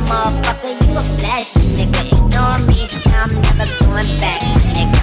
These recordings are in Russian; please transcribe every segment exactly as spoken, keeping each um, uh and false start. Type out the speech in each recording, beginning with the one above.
motherfucker, you a flash nigga. Ignore me, I'm never going back, nigga.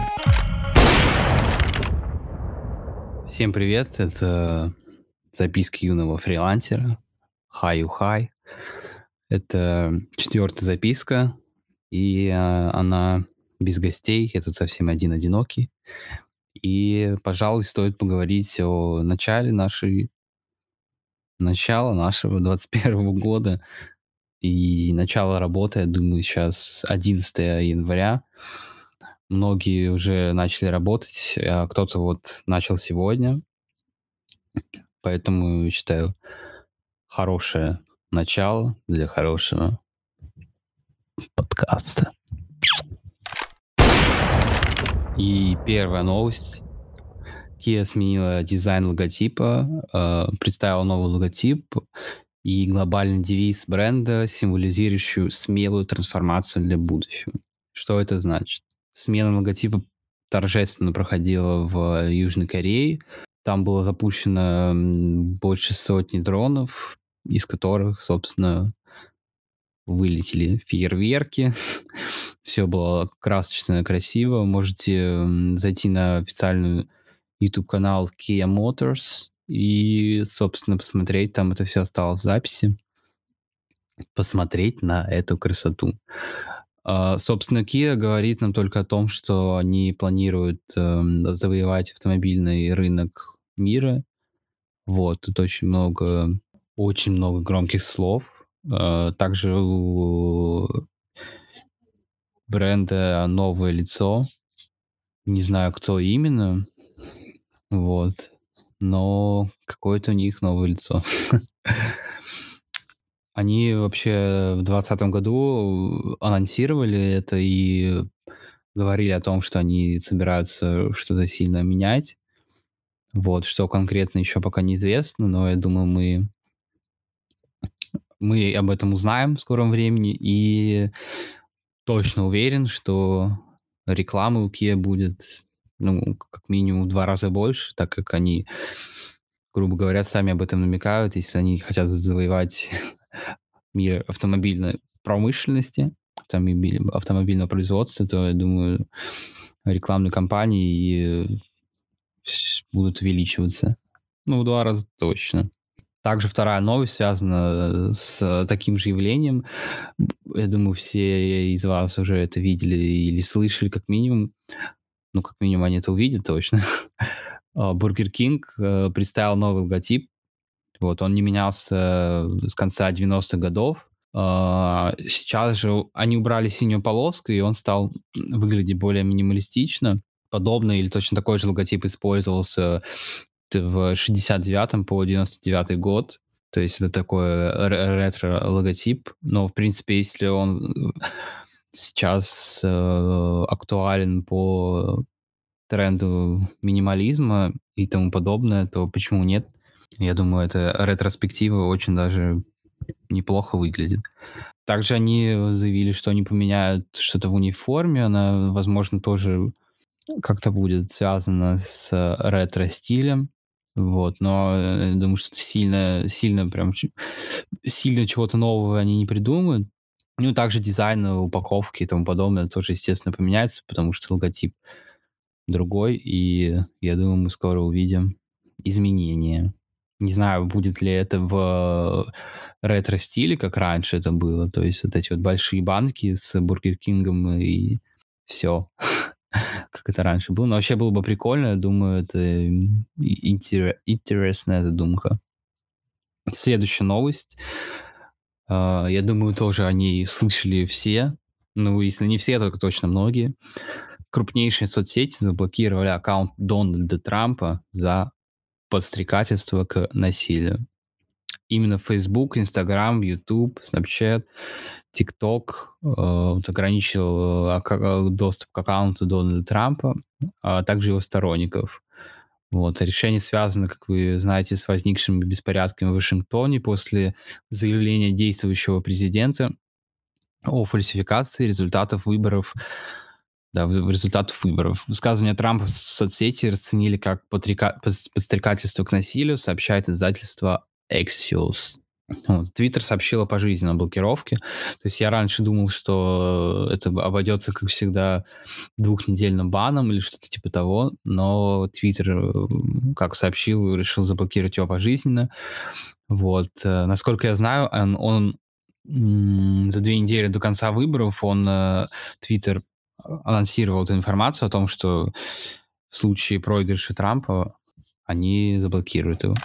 Всем привет, это записки юного фрилансера. Хай-ю-хай. Это четвертая записка, и а, она без гостей, я тут совсем один одинокий. И, пожалуй, стоит поговорить о начале нашей, начала нашего двадцать первого года и начало работы, я думаю, сейчас одиннадцатое января. Многие уже начали работать, а кто-то вот начал сегодня. Поэтому, считаю, хорошее начало для хорошего подкаста. И первая новость. Kia сменила дизайн логотипа, э, представила новый логотип и глобальный девиз бренда, символизирующий смелую трансформацию для будущего. Что это значит? Смена логотипа торжественно проходила в Южной Корее. Там было запущено м, больше сотни дронов, из которых, собственно, вылетели фейерверки. Все было красочно, красиво. Можете м, зайти на официальный YouTube-канал Kia Motors и, собственно, посмотреть. Там это все осталось в записи. Посмотреть на эту красоту. А, собственно, Kia говорит нам только о том, что они планируют эм, завоевать автомобильный рынок мира. Вот, тут очень много, очень много громких слов. А, также у бренда новое лицо. Не знаю, кто именно. Вот. Но какое-то у них новое лицо. Они вообще в двадцатом году анонсировали это и говорили о том, что они собираются что-то сильно менять. Вот, что конкретно еще пока неизвестно, но я думаю, мы, мы об этом узнаем в скором времени. И точно уверен, что рекламы у Kia будет, ну, как минимум в два раза больше, так как они, грубо говоря, сами об этом намекают. Если они хотят завоевать мир автомобильной промышленности, автомобиль- автомобильного производства, то, я думаю, рекламные кампании с- будут увеличиваться. Ну, в два раза точно. Также вторая новость связана с таким же явлением. Б- Я думаю, все из вас уже это видели или слышали как минимум. Ну, как минимум, они это увидят точно. А, Burger King э, представил новый логотип. Вот, он не менялся с конца девяностых годов. А, Сейчас же они убрали синюю полоску, и он стал выглядеть более минималистично. Подобный или точно такой же логотип использовался т- в шестьдесят девятом по девяносто девятый год. То есть это такой ре- ретро-логотип. Но, в принципе, если он э, сейчас э, актуален по тренду минимализма и тому подобное, то почему нет? Я думаю, эта ретроспектива очень даже неплохо выглядит. Также они заявили, что они поменяют что-то в униформе. Она, возможно, тоже как-то будет связана с ретро-стилем. Вот, но э, думаю, что сильно, сильно прям ч- сильно чего-то нового они не придумают. Ну, также дизайн упаковки и тому подобное тоже, естественно, поменяется, потому что логотип другой, и я думаю, мы скоро увидим изменения. Не знаю, будет ли это в ретро-стиле, как раньше это было, то есть вот эти вот большие банки с Бургер Кингом и все, как это раньше было. Но вообще было бы прикольно, я думаю, это м, и- интере- интересная задумка. Следующая новость. А, Я думаю, тоже о ней слышали все. Ну, если не все, то точно многие. Крупнейшие соцсети заблокировали аккаунт Дональда Трампа за подстрекательство к насилию. Именно Facebook, Instagram, YouTube, Snapchat, TikTok э, вот ограничил э, ака- доступ к аккаунту Дональда Трампа, а также его сторонников. Вот. Решение связано, как вы знаете, с возникшими беспорядками в Вашингтоне после заявления действующего президента о фальсификации результатов выборов, да, в- в результатов выборов. Высказывания Трампа в соцсети расценили как подрека- пос- подстрекательство к насилию, сообщает издательство Axios. Вот. Твиттер сообщил о пожизненной блокировке. То есть я раньше думал, что это обойдется, как всегда, двухнедельным баном или что-то типа того, но Твиттер, э, как сообщил, решил заблокировать его пожизненно. Вот. э, Насколько я знаю, он, он, м, за две недели до конца выборов он э, Твиттер анонсировал эту информацию о том, что в случае проигрыша Трампа они заблокируют его.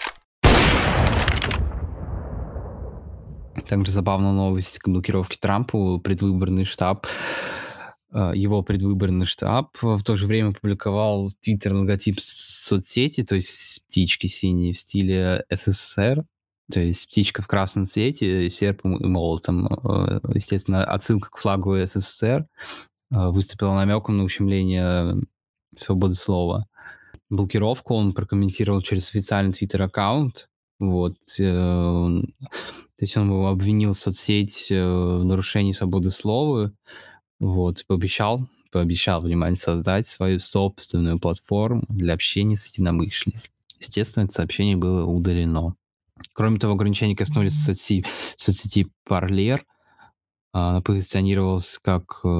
Также забавная новость к блокировке Трампу. Предвыборный штаб, э, его предвыборный штаб в то же время опубликовал в Твиттер логотип соцсети, то есть птички синие в стиле СССР, то есть птичка в красном цвете, серпом и молотом. Э, Естественно, отсылка к флагу СССР э, выступила намеком на ущемление свободы слова. Блокировку он прокомментировал через официальный твиттер-аккаунт. Вот. э, То есть он его обвинил соцсеть э, в нарушении свободы слова. Вот. Пообещал, пообещал, внимание, создать свою собственную платформу для общения с единомышленниками. Естественно, это сообщение было удалено. Кроме того, ограничения коснулись соцсети, соцсети Parler. Она позиционировалась как... э,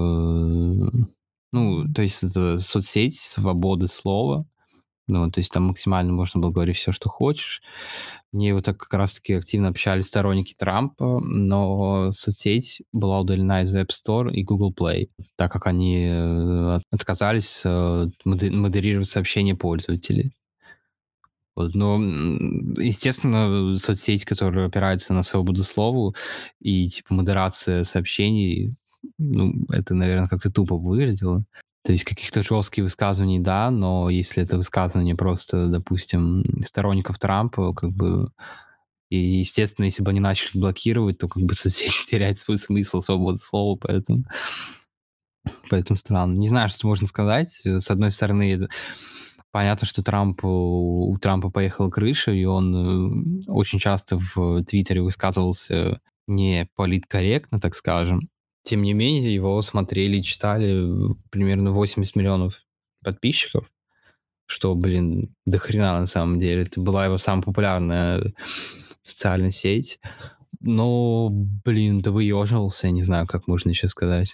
ну, то есть это соцсеть свободы слова. Ну, то есть там максимально можно было говорить все, что хочешь. В ней вот так как раз-таки активно общались сторонники Трампа, но соцсеть была удалена из App Store и Google Play, так как они э, от- отказались э, моде- модерировать сообщения пользователей. Вот, но, м, естественно, соцсеть, которая опирается на свободу слова и типа модерация сообщений, ну, это, наверное, как-то тупо выглядело. То есть каких-то жестких высказываний, да, но если это высказывание просто, допустим, сторонников Трампа, как бы, и, естественно, если бы они начали блокировать, то как бы соцсеть теряет свой смысл, свобода слова, поэтому, поэтому странно. Не знаю, что можно сказать. С одной стороны, это понятно, что Трамп, у Трампа поехала крыша, и он э, очень часто в Твиттере высказывался не политкорректно, так скажем. Тем не менее, его смотрели и читали э, примерно восемьдесят миллионов подписчиков, что, блин, до хрена на самом деле. Это была его самая популярная социальная сеть. Но, блин, да выеживался, я не знаю, как можно еще сказать.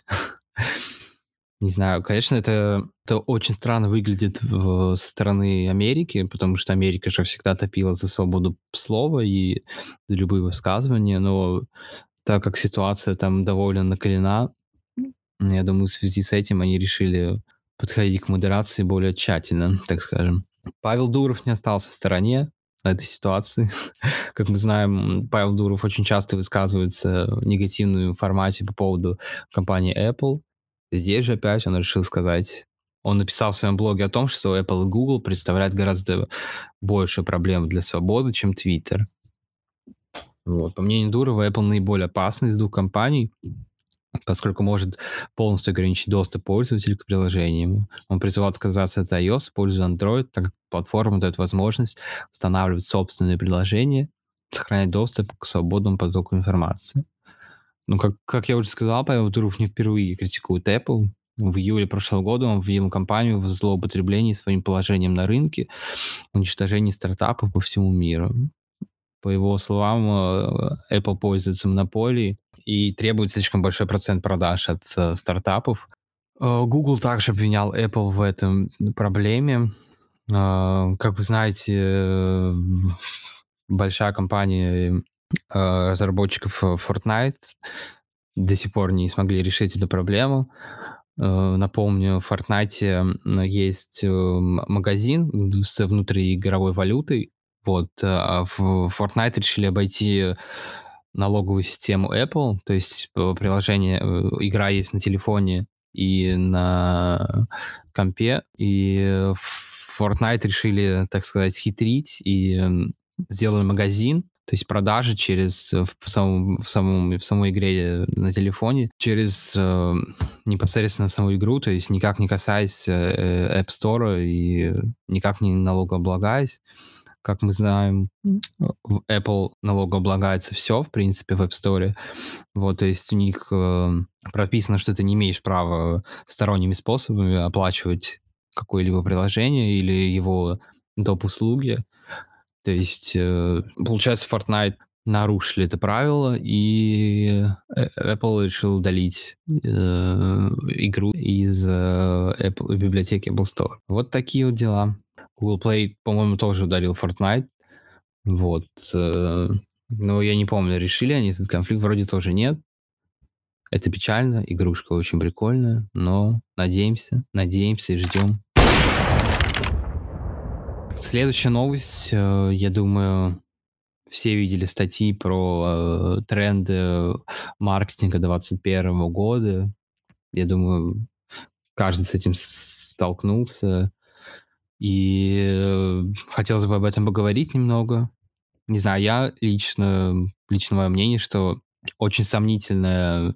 Не знаю, конечно, это, это очень странно выглядит в, со стороны Америки, потому что Америка же всегда топила за свободу слова и за любые высказывания, но так как ситуация там довольно накалена, я думаю, в связи с этим они решили подходить к модерации более тщательно, так скажем. Павел Дуров не остался в стороне этой ситуации. Как мы знаем, Павел Дуров очень часто высказывается в негативной формате по поводу компании Apple. Здесь же опять он решил сказать... Он написал в своем блоге о том, что Apple и Google представляют гораздо больше проблем для свободы, чем Twitter. Вот. По мнению Дурова, Apple наиболее опасный из двух компаний, поскольку может полностью ограничить доступ пользователей к приложениям. Он призывал отказаться от iOS, используя Android, так как платформа дает возможность устанавливать собственные приложения, сохранять доступ к свободному потоку информации. Ну, как, как я уже сказал, Павел Дуров не впервые критикует Apple. В июле прошлого года он обвинил компанию в злоупотреблении своим положением на рынке, уничтожении стартапов по всему миру. По его словам, э, Apple пользуется монополией и требует слишком большой процент продаж от э, стартапов. Э, Google также обвинял Apple в этом проблеме. Э, Как вы знаете, э, большая компания э, разработчиков э, Fortnite до сих пор не смогли решить эту проблему. Э, Напомню, в Fortnite м, есть э, м- магазин с внутриигровой валютой. Вот, э, а в Fortnite решили обойти налоговую систему Apple, то есть э, приложение, э, игра есть на телефоне и на компе, и э, в Fortnite решили, так сказать, схитрить и м, сделали магазин, то есть продажи через э, в самом, в самом, в самой игре на телефоне, через э, непосредственно саму игру, то есть никак не касаясь э, App Store и никак не налогооблагаясь. Как мы знаем, в Apple налогооблагается все, в принципе, в App Store. Вот, то есть у них э, прописано, что ты не имеешь права сторонними способами оплачивать какое-либо приложение или его доп. Услуги. То есть, э, получается, Fortnite нарушили это правило, и э Apple решил удалить, э, игру из, э, Apple библиотеки Apple Store. Вот такие вот дела. Google Play, по-моему, тоже удалил Fortnite. Вот, э, но я не помню, решили они этот конфликт. Вроде тоже нет. Это печально. Игрушка очень прикольная, но надеемся, надеемся и ждем. Следующая новость. Э, я думаю, все видели статьи про, э, тренды маркетинга двадцать первого года. Я думаю, каждый с этим с столкнулся. И, э, хотелось бы об этом поговорить немного. Не знаю, я лично лично мое мнение, что очень сомнительная,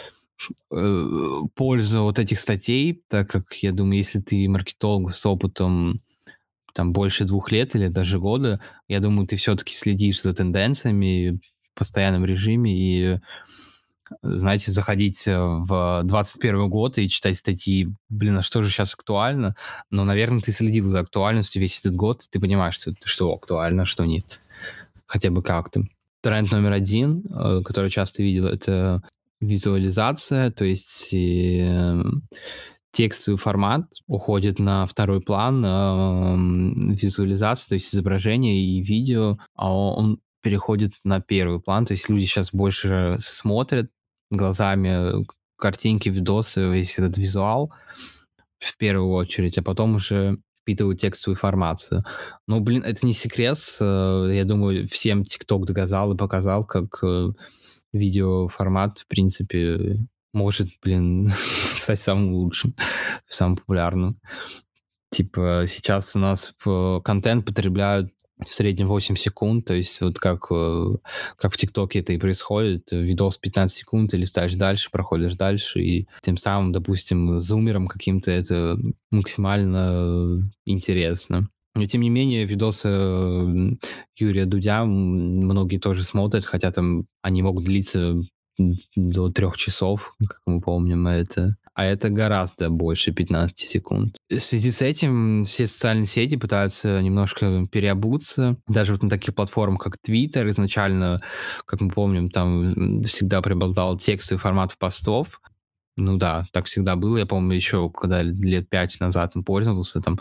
э, польза вот этих статей, так как, я думаю, если ты маркетолог с опытом там больше двух лет или даже года, я думаю, ты всё-таки следишь за тенденциями в постоянном режиме и, знаете, заходить в двадцать первый год и читать статьи: "Блин, а что же щас актуально?" Но, наверно, ты следил за актуальностью весь этот год, ты понимаешь, что что актуально, а что нет. Хотя бы как-то. Тренд номер один, э, который часто видел, это визуализация, то есть, э, текстовый формат уходит на второй план, ам, визуализация, то есть изображение и видео, а он переходит на первый план. То есть люди щас больше смотрят глазами картинки, видосы, весь этот визуал в первую очередь, а потом уже впитывают текстовую информацию. Ну, блин, это не секрет. С э, я думаю, всем "Тикток" доказал и показал, как, э, видеоформат, в принципе, может, блин, стать самым лучшим, самым популярным. Типа сейчас у нас в контент потребляют в среднем восемь секунд. То есть вот как, э, как в "Тиктоке" это и происходит. Видос пятнадцать секунд, ты листаешь дальше, проходишь дальше, и тем самым, допустим, зумерам каким-то это максимально интересно. Но тем не менее видосы, м, Юрия Дудя, м, многие тоже смотрят, хотя там они могут длиться, м, до трех часов, как мы помним это. А это гораздо больше пятнадцати секунд. В связи с этим все социальные сети пытаются немножко переобуться. Даже вот на таких платформах, как "Твиттер", изначально, как мы помним, там, м, всегда преобладал текстовый формат постов. Ну да, так всегда было. Я помню, еще когда лет пять назад им пользовался, там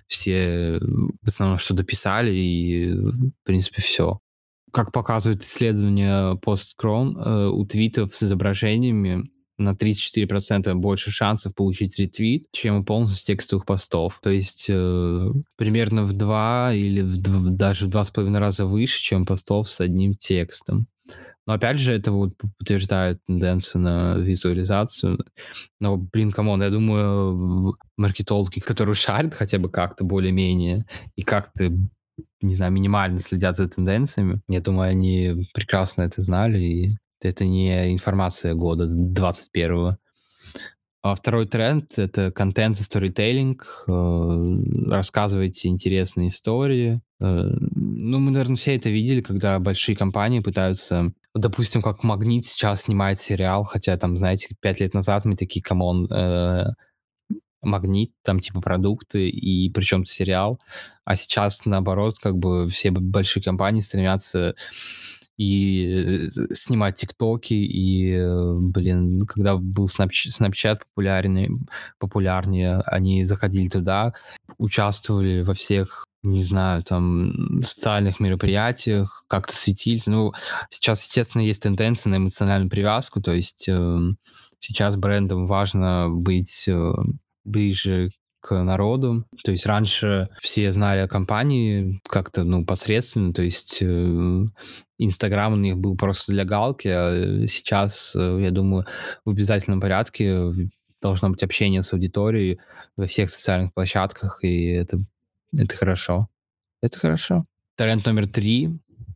все в основном что-то писали и, в принципе, всё. Как показывает исследование Postchrome, э, у твитов с изображениями на тридцать четыре процента больше шансов получить ретвит, чем у полностью текстовых постов. То есть, э, примерно в два или в дв даже в два с половиной раза выше, чем постов с одним текстом. Но опять же, это вот п подтверждает тенденцию на визуализацию. Но, блин, камон, я думаю, маркетологи, которые шарят хотя бы как-то более-менее и как-то, не знаю, минимально следят за тенденциями, я думаю, они прекрасно это знали, и это не информация года двадцать первого. А второй тренд- это контент и сторителлинг. Э, рассказывайте интересные истории. Э, ну, мы, наверно, все это видели, когда большие компании пытаются, вот, допустим, как "Магнит" сейчас снимает сериал, хотя там, знаете, пять лет назад мы такие: "Камон, э, Магнит, там типа продукты, и причём тут сериал?" А сейчас, наоборот, как бы все б большие компании стремятся и з снимать "Тиктоки", и, э, блин, когда был Snapch Snapchat популярный популярнее, они заходили туда, участвовали во всех, не знаю, там, социальных мероприятиях, как-то светились. Ну, сейчас, естественно, есть тенденция на эмоциональную привязку, то есть, э, сейчас брендам важно быть, э, ближе к народу. То есть раньше все знали о компании как-то, ну, посредственно, то есть, э, "Инстаграм" у них был просто для галки, а сейчас, э, я думаю, в обязательном порядке в должно быть общение с аудиторией во всех социальных площадках, и это это хорошо. Это хорошо. Тренд номер три,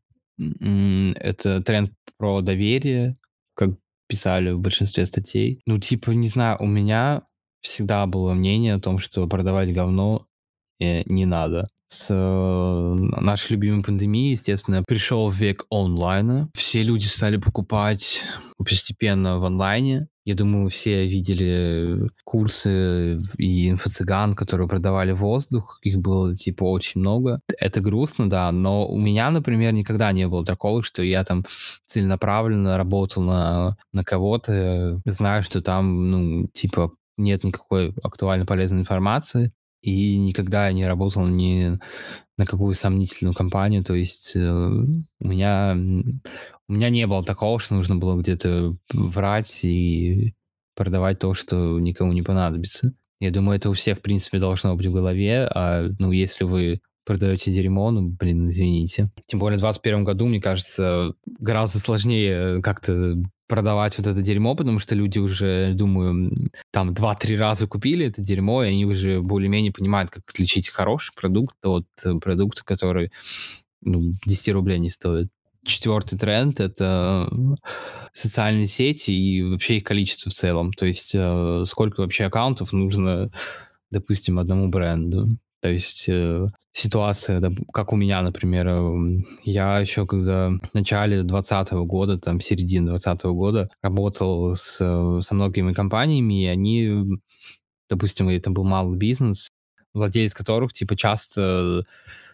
м, это тренд про доверие, как писали в большинстве статей. Ну, типа, не знаю, у меня всегда было мнение о том, что продавать говно, э, не надо. С, э, нашей любимой пандемией, естественно, пришел век онлайна. Все люди стали покупать постепенно в онлайне. Я думаю, все видели курсы и инфо-цыган, которые продавали воздух. Их было, типа, очень много. Это грустно, да, но у меня, например, никогда не было такого, что я там целенаправленно работал на, на кого-то, знаю, что там, ну, типа, нет никакой актуально полезной информации, и никогда я не работал ни на какую сомнительную компанию. То есть э, у меня м, у меня не было такого, что нужно было где-то врать и продавать то, что никому не понадобится. Я думаю, это у всех, в принципе, должно быть в голове. А, ну, если вы продаете дерьмо, ну, блин, извините. Тем более в двадцать первом году, мне кажется, гораздо сложнее как-то продавать вот это дерьмо, потому что люди уже, думаю, м, там два-три раза купили это дерьмо, и они уже более-менее понимают, как отличить хороший продукт от э, продукта, который, ну, десять рублей не стоит. Четвертый тренд — это э, социальные сети и вообще их количество в целом. То есть э, сколько вообще аккаунтов нужно, допустим, одному бренду. То есть э, ситуация, доп- как у меня, например, эм, я еще когда в начале двадцатого года, там, середине двадцатого года работал с, э, со многими компаниями, и они, м, допустим, это был малый бизнес, владелец которых, типа, часто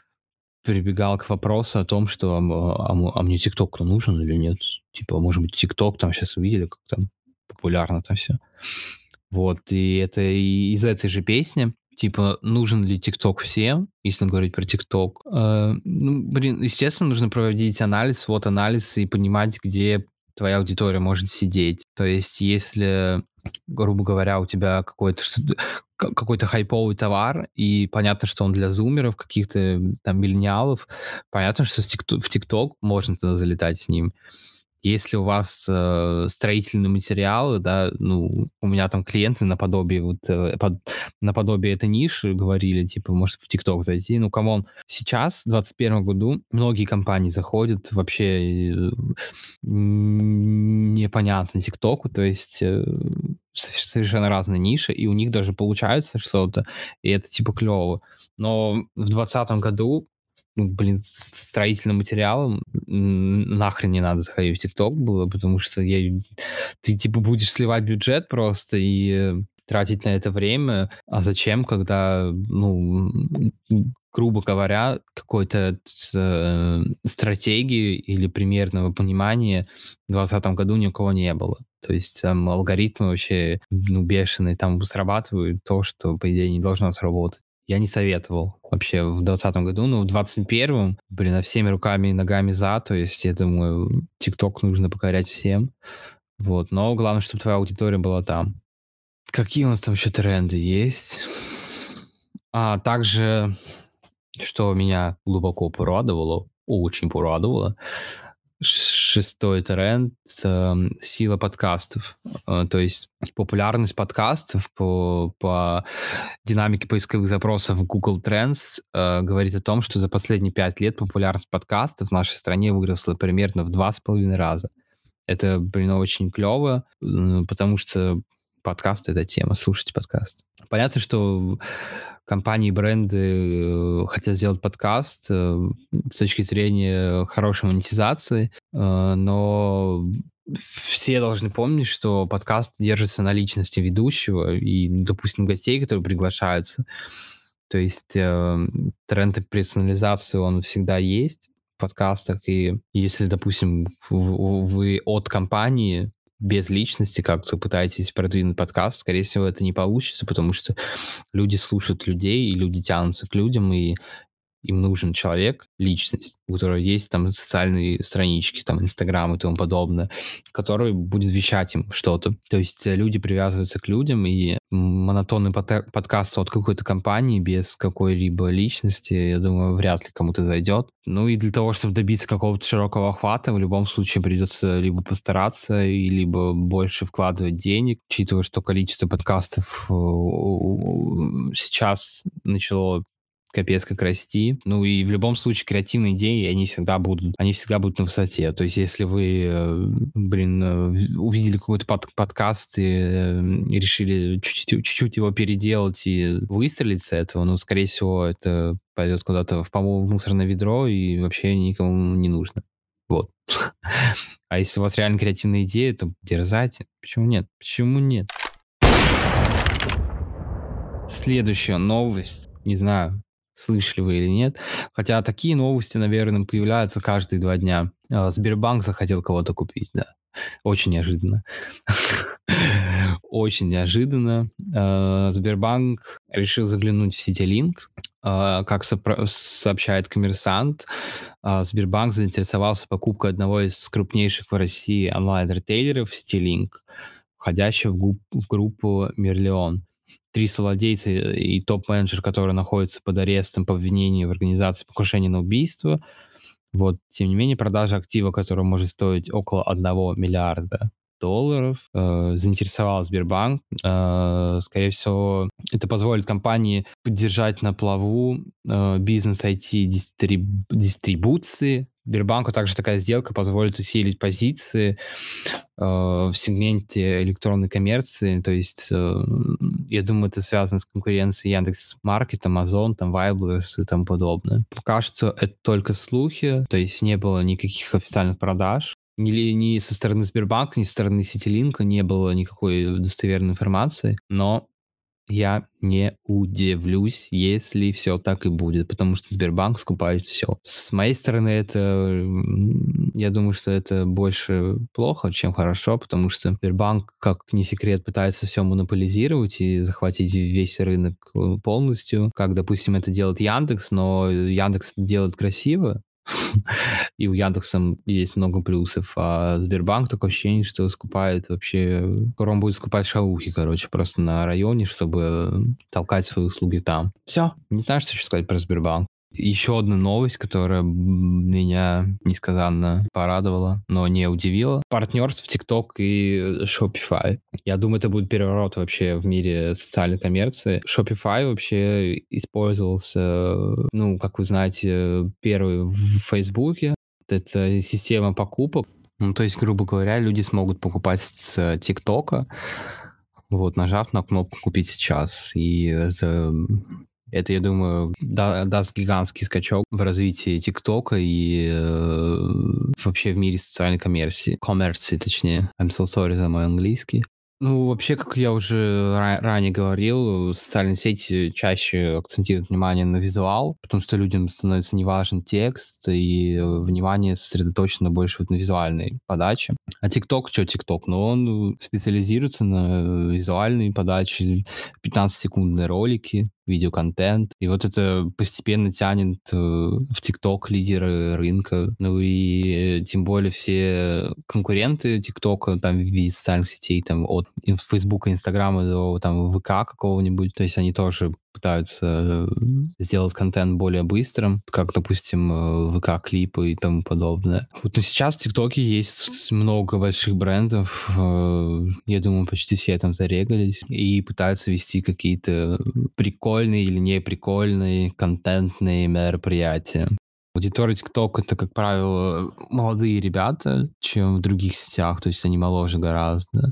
прибегал к вопросу о том, что а, м, а м- а мне ТикТок-то нужен или нет? Типа, может быть, ТикТок там сейчас увидели, как там популярно там все. Вот, и это и из этой же песни. Типа, нужен ли ТикТок всем, если говорить про ТикТок? Э, ну, блин, естественно, нужно проводить анализ, вот анализ, и понимать, где твоя аудитория может сидеть. То есть, если, грубо говоря, у тебя какой-то что- к- какой-то хайповый товар, и понятно, что он для зумеров, каких-то м, там миллениалов, понятно, что с тикто- в ТикТок можно туда залетать с ним. Если у вас э, строительные материалы, да, ну, у меня там клиенты наподобие вот э, под- наподобие этой ниши говорили, типа, может, в ТикТок зайти. Ну, камон, сейчас, в двадцать первом году, многие компании заходят вообще э, м, непонятно ТикТоку, то есть э, с- совершенно разные ниши, и у них даже получается что-то, и это типа клево. Но в двадцатом году, ну, блин, с строительным материалом м, нахрен не надо заходить в ТикТок было, потому что я, ты типа будешь сливать бюджет просто и э, тратить на это время. А зачем, когда, ну, м, грубо говоря, какой-то э, стратегии или примерного понимания в двадцатом году ни у кого не было. То есть там алгоритмы вообще, ну, бешеные, там срабатывают то, что, по идее, не должно сработать. Я не советовал вообще в двадцатом году, но в двадцать первом, блин, а всеми руками и ногами за, то есть я думаю, ТикТок нужно покорять всем, вот, но главное, чтобы твоя аудитория была там. Какие у нас там еще тренды есть? А также, что меня глубоко порадовало, очень порадовало, ш- шестой тренд эм, сила подкастов. Э, То есть популярность подкастов по, по динамике поисковых запросов в Google Trends э, говорит о том, что за последние пять лет популярность подкастов в нашей стране выросла примерно в два с половиной раза. Это, блин, очень клево, м, потому что подкаст — это тема, слушайте подкаст. Понятно, что компании, бренды э, хотят сделать подкаст э, с точки зрения хорошей монетизации, э, но все должны помнить, что подкаст держится на личности ведущего и, ну, допустим, гостей, которые приглашаются. То есть э, тренд персонализации, он всегда есть в подкастах, и если, допустим, в- вы от компании без личности как-то пытаетесь продвинуть подкаст, скорее всего, это не получится, потому что люди слушают людей, и люди тянутся к людям, и им нужен человек, личность, у которого есть там социальные странички, там, Инстаграм и тому подобное, который будет вещать им что-то. То есть э, люди привязываются к людям, и монотонный поте- подкаст от какой-то компании без какой-либо личности, я думаю, вряд ли кому-то зайдет. Ну и для того, чтобы добиться какого-то широкого охвата, в любом случае придется либо постараться, и либо больше вкладывать денег, учитывая, что количество подкастов э, сейчас начало капец как расти. Ну и в любом случае креативные идеи, они всегда будут, они всегда будут на высоте. То есть если вы, э, блин, э, в- увидели какой-то под- подкаст и, э, и решили чуть-чуть, чуть-чуть его переделать и выстрелить с этого, ну, скорее всего, это пойдет куда-то в, по-моему, в мусорное ведро и вообще никому не нужно. Вот. А если у вас реально креативная идея, то дерзайте. Почему нет? Почему нет? Следующая новость. Не знаю, слышали вы или нет. Хотя такие новости, наверное, появляются каждые два дня. А, Сбербанк захотел кого-то купить, да. Очень неожиданно. Очень неожиданно. А, Сбербанк решил заглянуть в Ситилинк. А, Как сопро- сообщает «Коммерсант», а, Сбербанк заинтересовался покупкой одного из крупнейших в России онлайн-ритейлеров Ситилинк, входящего в, гу- в группу «Мерлион». Три совладельца и топ-менеджер, которые находятся под арестом по обвинению в организации покушения на убийство. Вот, тем не менее, продажа актива, который может стоить около одного миллиарда долларов, э, заинтересовал Сбербанк. Э, скорее всего, это позволит компании поддержать на плаву э, бизнес ай ти-дистрибуции. Сбербанку также такая сделка позволит усилить позиции э, в сегменте электронной коммерции. То есть, э, я думаю, это связано с конкуренцией Яндекс.Маркет, Amazon, там, Wildberries и тому подобное. Пока что это только слухи, то есть не было никаких официальных продаж. Ни, ли- ни со стороны Сбербанка, ни со стороны Ситилинка не было никакой достоверной информации, но я не удивлюсь, если все так и будет, потому что Сбербанк скупает все. С моей стороны, это, м, я думаю, что это больше плохо, чем хорошо, потому что Сбербанк, как не секрет, пытается все монополизировать и захватить весь рынок э, полностью, как, допустим, это делает Яндекс, но Яндекс делает красиво, и у Яндекса есть много плюсов, а Сбербанк такое ощущение, что скупает вообще... Скоро он будет скупать шаухи, короче, просто на районе, чтобы толкать свои услуги там. Все. Не знаю, что еще сказать про Сбербанк. Еще одна новость, которая м, меня несказанно порадовала, но не удивила. Партнерство в TikTok и Shopify. Я думаю, это будет переворот вообще в мире социальной коммерции. Shopify вообще использовался, ну, как вы знаете, первый в Фейсбуке. Это система покупок. Ну, то есть, грубо говоря, люди смогут покупать с ТикТока, вот, нажав на кнопку «Купить сейчас». И это, это я думаю, да- даст гигантский скачок в развитии ТикТока и э, вообще в мире социальной коммерции. Коммерции, точнее. I'm so sorry за мой английский. Ну, вообще, как я уже ра- ранее говорил, социальные сети чаще акцентируют внимание на визуал, потому что людям становится неважен текст, и э, внимание сосредоточено больше вот на визуальной подаче. А ТикТок, что ТикТок? Ну, он э, специализируется на визуальной подаче, пятнадцатисекундные ролики, видеоконтент. И вот это постепенно тянет э, в ТикТок лидеры рынка. Ну и э, тем более все конкуренты ТикТока там в виде социальных сетей, там от ин- Фейсбука, Инстаграма до там ВК какого-нибудь, то есть они тоже пытаются э, сделать контент более быстрым, как, допустим, э, ВК-клипы и тому подобное. Вот, но сейчас в ТикТоке есть много больших брендов, э, я думаю, почти все там зарегались и пытаются вести какие-то прикольные или не прикольные контентные мероприятия. Аудитория ТикТок — это, как правило, молодые ребята, чем в других сетях, то есть они моложе гораздо,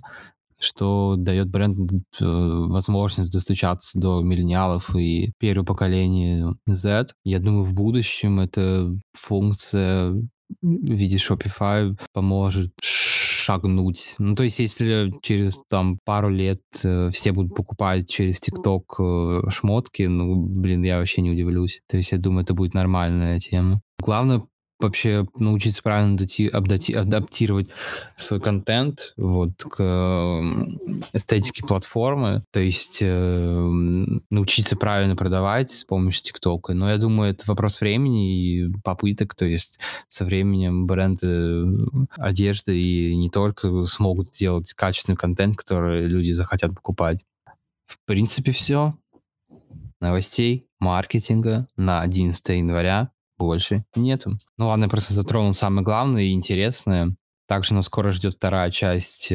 что дает бренду э, возможность достучаться до миллениалов и первого поколения Z. Я думаю, в будущем эта функция в виде Shopify поможет шагнуть. Ну, то есть, если через там пару лет э, все будут покупать через ТикТок э, шмотки, ну, блин, я вообще не удивлюсь. То есть, я думаю, это будет нормальная тема. Главное вообще научиться правильно дати- абдати- адаптировать свой контент вот к м, эстетике платформы, то есть э, м, научиться правильно продавать с помощью ТикТока. Но я думаю, это вопрос времени и попыток, то есть со временем бренды э, одежды и не только смогут делать качественный контент, который люди захотят покупать. В принципе, все. Новостей, маркетинга на одиннадцатое января больше нету. Ну ладно, я просто затронул самое главное и интересное. Также нас скоро ждет вторая часть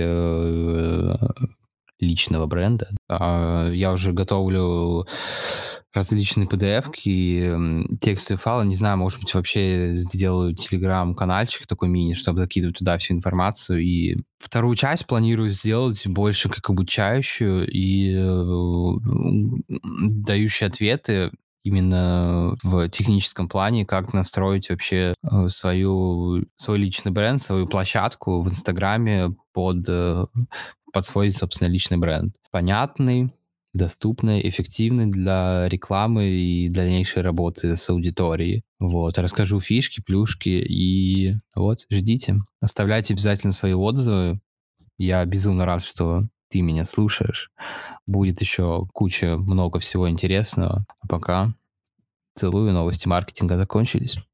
э, личного бренда. А, Я уже готовлю различные пи ди эф-ки, м, текстовые файлы. Не знаю, может быть, вообще сделаю телеграм-канальчик такой мини, чтобы закидывать туда всю информацию. И вторую часть планирую сделать больше как обучающую и э, м, дающую ответы именно в техническом плане, как настроить вообще э, свою, свой личный бренд, свою площадку в Инстаграме под, э, под свой, собственно, личный бренд. Понятный, доступный, эффективный для рекламы и дальнейшей работы с аудиторией. Вот, расскажу фишки, плюшки и вот, ждите. Оставляйте обязательно свои отзывы. Я безумно рад, что ты меня слушаешь. Будет еще куча, много всего интересного. А пока целую, новости маркетинга закончились.